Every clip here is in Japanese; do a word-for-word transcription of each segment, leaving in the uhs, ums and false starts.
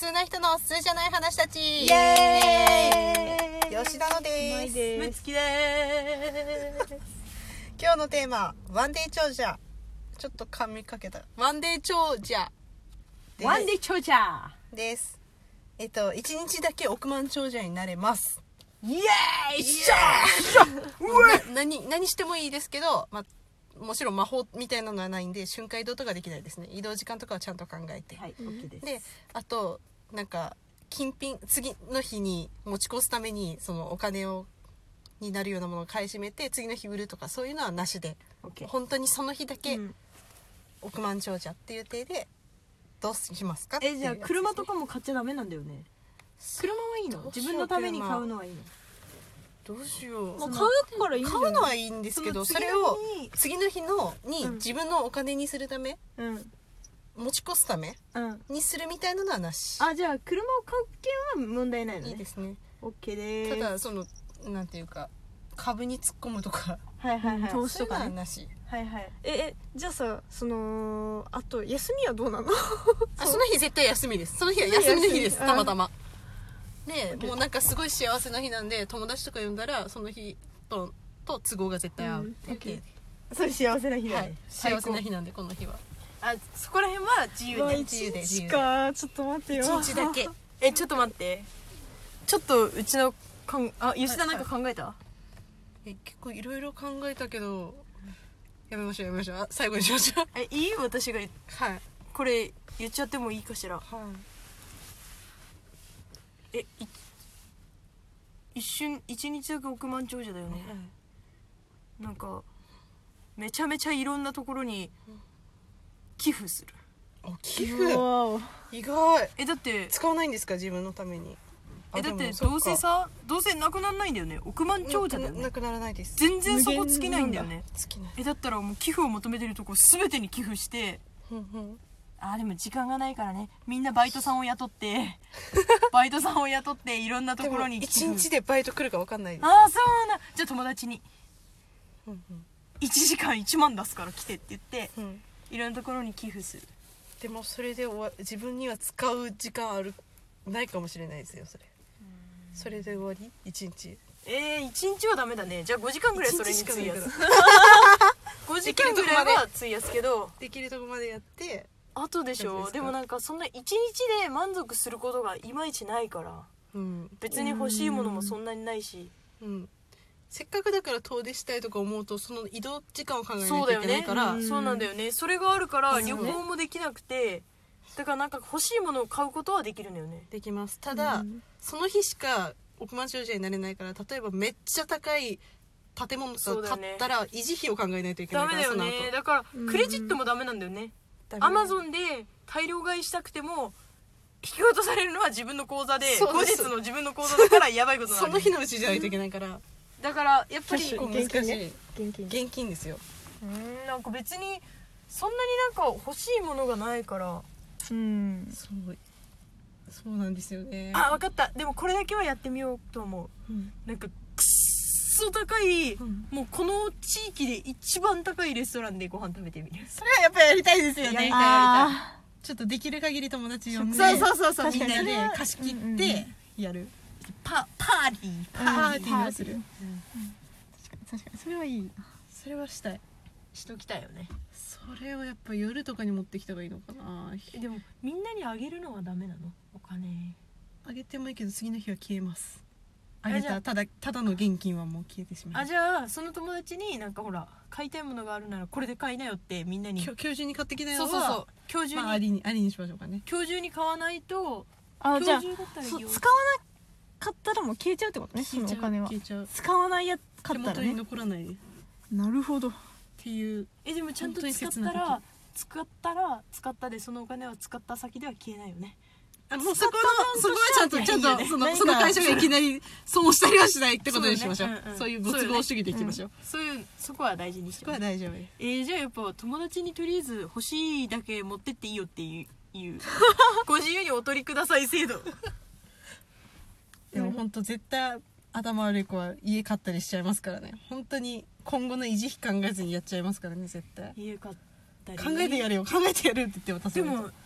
通な人の普通じゃない話たち。イエーイ。 吉田のです。 むつきです。 今日のテーマワンデイ長者。ちょっと噛みかけた。ワンデイ長者ワンデイ長者です。えっと一日だけ億万長者になれます。 イエーイ。 しゃーな何何してもいいですけど、まあ、もちろん魔法みたいなのはないんで瞬間移動とかできないですね。移動時間とかはちゃんと考えて、 はい、OK です。 であとなんか金品次の日に持ち越すためにそのお金をになるようなものを買い占めて次の日売るとかそういうのはなしで、 OK、 本当にその日だけうん億万長者っていう体でどうしますかっていうえ、じゃあ車とかも買っちゃダメなんだよね。車はいいの？自分のために買うのはいいの？ どうしよう。 まあ、買うからいいんじゃない？ 買うのはいいんですけど、それを次の日のにうん自分のお金にするため、 うん持ち越すためうんにするみたいなのはなし。 あ、じゃあ車を買う件は問題ないのね。 いいですね。 OK です。 ただそのなんていうか株に突っ込むとかはいはいはい、 投資とかねそういうのはなし。 はいはい。 ええじゃあさ、そのあと休みはどうなの？ あ、その日絶対休みです。その日は休みの日です。 休みたまたまで、もうなんかすごい幸せな日なんで友達とか呼んだらその日とと都合が絶対合うっていう体で、 それ幸せな日だね、 はい、幸せな日なんでこの日はあ、そこら辺は自由で。 自由で自由でかちょっと待ってよ。 一日だけ。 え、ちょっと待って、ちょっとうちのかんあ、吉田なんか考えた？ え結構いろいろ考えたけどやめましょうやめましょう。あ、最後にしましょう。 え、いい？私が言っはいこれ言っちゃってもいいかしら？ はいえ、い一瞬一日だけ億万長者だよね、なんかめちゃめちゃいろんなところに寄付する。 お寄付うわ意外。 え、だって使わないんですか自分のために？あえ、だってでもそっかどうせさ、どうせなくなんないんだよね。億万長者だよね。 なくならないです。 全然そこ尽きないんだよね。 好きなえ、だったらもう寄付を求めてるとこ全てに寄付して、 ふんふんあーでも時間がないからね、みんなバイトさんを雇ってバイトさんを雇っていろんなとでもころに寄付。 一日でバイト来るか分かんないです。 ああ、そうな。じゃあ友達にふんふんいちじかんいちまん出すから来てって言ってふんいろんなところに寄付する。 でもそれで終わ自分には使う時間あるないかもしれないですよそれ。それで終わり一日。 えー、いちにちはダメだね。じゃあごじかんぐらいそれに費やす。 一日しごじかんぐらいは費やすけど、 できるとこまでやってあとでしょ。 そうですかでもなんかそんないちにちで満足することがいまいちないから、 うん別に欲しいものもそんなにないし。 うんせっかくだから遠出したいとか思うとその移動時間を考えないそうだよねといけないから、 うんそうなんだよね。それがあるからそうね旅行もできなくて、だからなんか欲しいものを買うことはできるんだよね。 できます。ただ、 うんその日しか億万長者になれないから、例えばめっちゃ高い建物とか買ったら維持費を考えないといけなダメだよいからその後ね。だからうんクレジットもダメなんだよね。 ダメだアマゾンで大量買いしたくても引き落とされるのは自分の口座で、後そうです日の自分の口座だからやばいことになる。 その日のうちじゃないといけないからだからやっぱり結構難しい。 現金ね現金現金ですよ。 うーん、なんか別にそんなになんか欲しいものがないから。 うんそうそうなんですよね。 あ、分かった。でもこれだけはやってみようと思う。 うんなんかくっそ高い、 うんもうこの地域で一番高いレストランでご飯食べてみる。 それはやっぱりやりたいですよね。 やりたいあちょっとできる限り友達呼んでそうそうそうそう、 みんなで確かにそれは貸し切うんうんってやる。 パパーティーパーティーをする。 確かにそれはいい。 それはしたい。 しときたいよね。 それをやっぱ夜とかに持ってきた方がいいのかな。 え、でもみんなにあげるのはダメなの？お金。 あげてもいいけど次の日は消えます。あげあじゃあたただただの現金はもう消えてしまう。 あ、じゃあその友達になんかほら買いたいものがあるならこれで買いなよってみんなに。 今日今日中に買ってきなよはそうそうそう。今日中に、 まあありにありにしましょうかね。 今日中に買わないと。 あ、じゃあ今日中だったらいいよそ使わなかったらもう消えちゃうってことね。そのお金は消えちゃう。 使わないやか手元にったらね。 残らないっなるほど。 ていう。 え、でもちゃんと本当に使っ切な時たら使ったら使ったでそのお金は使った先では消えないよね。 あのそこのそこはちゃんとちゃんいいよねとその何かその会社がいきなり損したりはしないってことにしましょう。 そうだねうんうんそういうご都合主義でいきましょう。 そういうそこは大事にしそこてます。 は大丈夫。 えー、じゃあやっぱ友達にとりあえず欲しいだけ持ってっていいよっていういうご自由にお取りください制度。 でも本当絶対頭悪い子は家買ったりしちゃいますからね。本当に今後の維持費考えずにやっちゃいますからね絶対。 家買ったり考えてやるよ考えてやるって言って渡すでも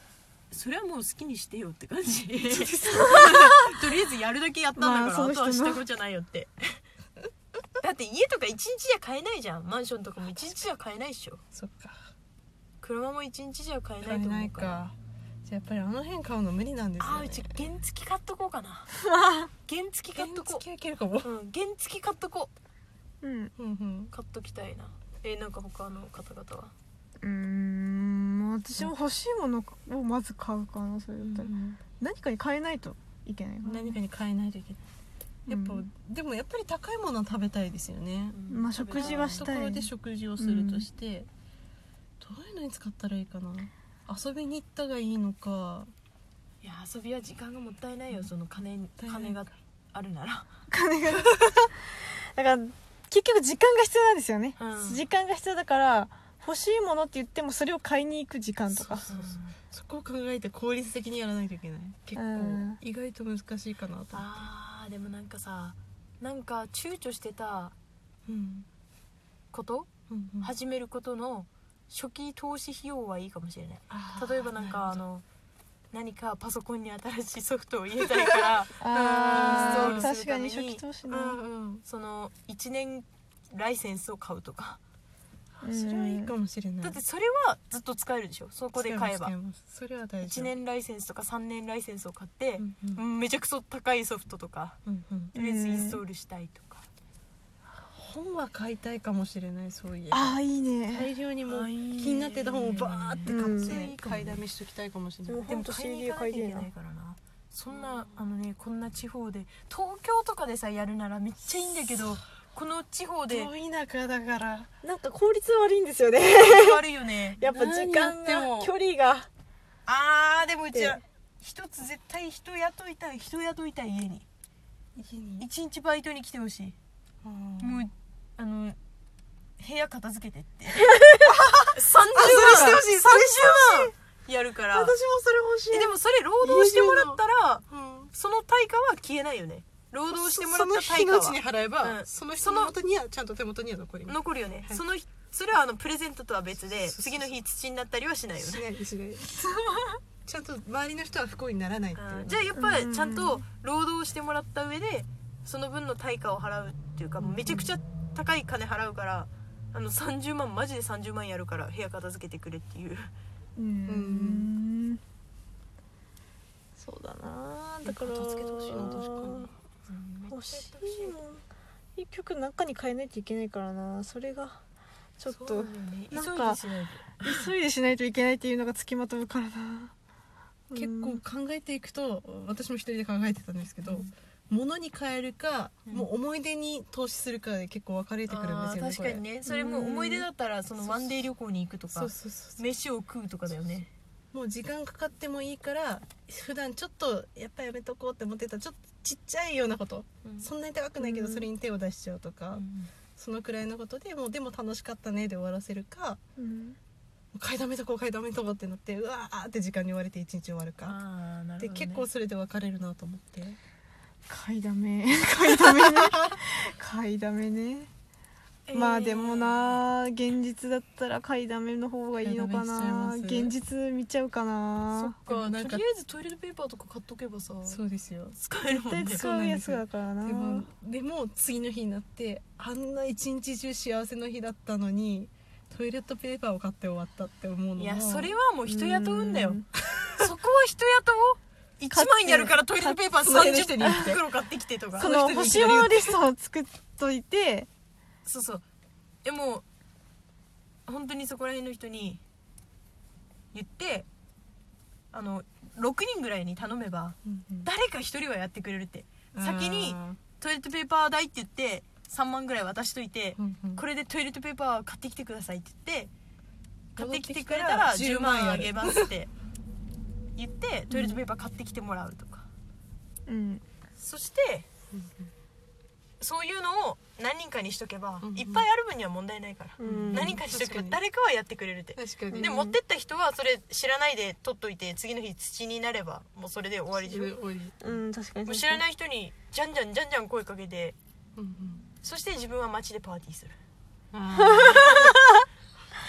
それはもう好きにしてよって感じとりあえずやるだけやったんだから、 まあその人のあとはしたことじゃないよってだって家とか一日じゃ買えないじゃん。マンションとかも一日じゃ買えないっしょ。 そっか車も一日じゃ買えな買えいとないか。 思うからじゃあやっぱりあの辺買うの無理なんですよね。 あーうち原付買っとこうかな原付買っとこ原付はいけるかも。 う、うん、原付買っとこううんうんうん買っときたいな。えー、なんか他の方々はうーん私も欲しいものをまず買うかな。それだったら何かに変えないといけないかな。 何かに変えないといけない。やっぱ、 うんでもやっぱり高いものは食べたいですよね。 うんまあ食事はしたいところで食事をするとして、どういうのに使ったらいいかな。遊びに行ったがいいのか。 いや遊びは時間がもったいないよ。その金たいない金があるなら金がだから結局時間が必要なんですよね、 うん時間が必要だから欲しいものって言ってもそれを買いに行く時間とか。 そうそうそうそこを考えて効率的にやらないといけない。結構うん意外と難しいかなと思って。 あーでもなんかさ、なんか躊躇してたうんこと、 うんうん始めることの初期投資費用はいいかもしれない。 あー例えばなんかなるほどあの何かパソコンに新しいソフトを入れたいからあーインストールす確かにるために初期投資ね、 うんうんそのいちねんライセンスを買うとか。 あそれはいいかもしれない。 だってそれはずっと使えるでしょ、そこで買えば。 使います使いますそれは大いち事。 ねんライセンスとかさんねんライセンスを買ってう、んうんうんめちゃくそ高いソフトとかうんうんとりあえずインストールしたいとか。 本は買いたいかもしれない。そういえばああいいね。 大量にもうあいいね気になってた本をバーって買うんって買いだめしときたいかもしれない。 でもでもほんと買いに行かなきゃいけないからな。そんなあのねこんな地方で東京とかでさやるならめっちゃいいんだけど、この地方で遠い田舎だからなんか効率悪いんですよね悪いよね。 やっぱ時間何やってもが距離があーでもうちはで一つ絶対人雇いたい人雇いたい家に家に一日バイトに来てほしい。 うんもうあの部屋片付けてってそれさんじゅうまんしてほしいそれしてほしい。 やるから私もそれ欲しい。 えでもそれ労働してもらったらうんその対価は消えないよね。労働してもらったそ対価はの日のうちに払えば、 うんその人の元にはちゃんと手元には残ります。 残るよね、 はいその日それはあのプレゼントとは別でそうそうそう次の日土になったりはしないよしね。 ないしないちゃんと周りの人は不幸にならないっていううんじゃあやっぱりちゃんと労働してもらった上でその分の対価を払うっていうか、もうめちゃくちゃ高い金払うからあのさんじゅうまんマジでさんじゅうまんやるから部屋片付けてくれっていう。 うーんそうだな。だから片付けてほしいな確かに。 欲しいもん結局中に変えないといけないからな。それがちょっそうとなんだよねなんか急いでしないと急いでしないといけないっていうのがつきまとうからな。 結構考えていくと私も一人で考えてたんですけど、物に変えるか、 うんもう思い出に投資するかで結構分かれてくるんですよね。 あー確かにね。それも思い出だったらそのうんワンデー旅行に行くとかそうそうそう飯を食うとかだよね。 もう時間かかってもいいから普段ちょっとやっぱやめとこうって思ってたちょっとちっちゃいようなこと、 うんそんなに高くないけどそれに手を出しちゃうとか、 うんそのくらいのことでもうでも楽しかったねで終わらせるか、 うん買いだめとこう買いだめとこうってなってうわーって時間に追われて一日終わるか、 あーなるほどねで結構それで分かれるなと思って。 買いだめ買いだめね買いだめね、 えーまあでもな現実だったら買いだめの方がいいのか買いだめしちゃいな。 ます現実見ちゃうかそっな。 か、 なんかとりあえずトイレットペーパーとか買っとけばさそうですよ。 使えるもんね。 絶対使うやつだからな。 でもでも次の日になってあんな一日中幸せの日だったのにトイレットペーパーを買って終わったって思うのもいやそれはもう人雇うんだよ。 うんそこは人雇おう。いちまんやるからトイレットペーパー買ってさんじゅっ袋買ってきてとか。 その欲しいものリストを作っといてそうそう。でも本当にそこら辺の人に言ってあのろくにんぐらいに頼めばうんうん誰かひとりはやってくれるって。先にトイレットペーパー代って言ってさんまんぐらい渡しといて、 うんうんこれでトイレットペーパー買ってきてくださいって言って買ってきてくれた戻らってきたらじゅうまんじゅうまんあげますって言ってトイレットペーパー買ってきてもらうとか、 うんそしてそういうのを何人かにしとけば、 うんうんいっぱいある分には問題ないから、 うん何かにしとけば確かに誰かはやってくれるって。 確かにで持ってった人はそれ知らないで取っといて次の日土になればもうそれで終わりじゃん。も終わりうん確かにう知らない人にじゃんじゃんじゃんじゃん声かけて、 うんうんそして自分は街でパーティーする。 あ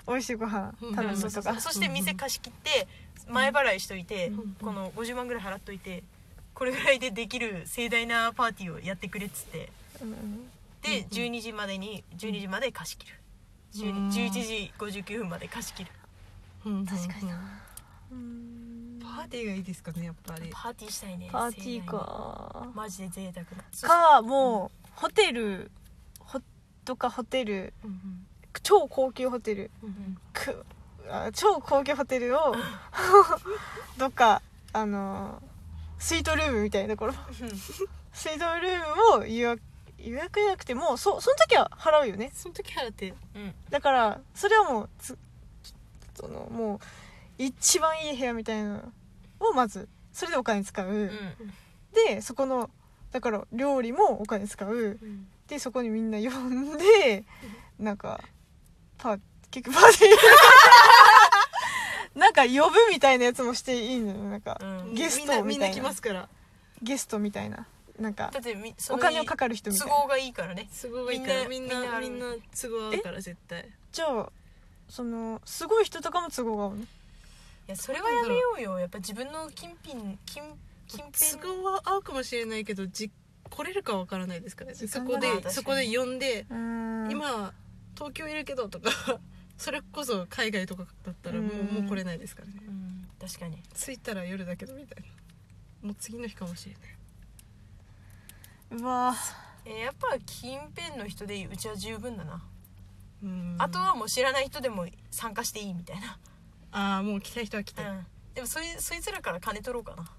美味しいご飯食べるそうそうそうのとか。 そして店貸し切って前払いしといて、 うんこのごじゅうまんぐらい払っといてこれぐらいでできる盛大なパーティーをやってくれっつってうんでじゅうにじまでにじゅうにじまで貸し切るじゅうにじゅういちじごじゅうきゅうふんまで貸し切る。 うん確かにな。 パーティーがいいですかねやっぱり。 パーティーしたいね。 パーティー盛大にか。 マジで贅沢なかもうホテルホとかホテルうんうん超高級ホテルうんくあ超高級ホテルをどっかあのスイートルームみたいなところスイートルームを予約予約じゃなくてもうそその時は払うよね。 その時払ってうんだからそれはもうつそのもう一番いい部屋みたいなのをまずそれでお金使う、 うんでそこのだから料理もお金使ううんでそこにみんな呼んでなんかパー結局パーティーなんか呼ぶみたいなやつもしていいのよ。なんか、 うんゲストみたいなみんなみんな来ますからゲストみたいななんかだってみそのお金をかかる人みたいな。 都合がいいからね。 都合がいいからみんみんななみんな都合合うから絶対。 じゃあそのすごい人とかも都合が合うの。 いやそれはやめようよ。やっぱ自分の近辺近近辺都合は合うかもしれないけどじ来れるかわからないですからね。 時そこ間がねでそこで呼んでうーん今東京いるけどとかそれこそ海外とかだったらもううんもう来れないですからね。 うん確かに。 着いたら夜だけどみたいな。もう次の日かもしれない。 うわえーやっぱ近辺の人でうちは十分だな。 うんあとはもう知らない人でも参加していいみたいな。 ああもう来たい人は来て。 うんでもそいそいつらから金取ろうかな。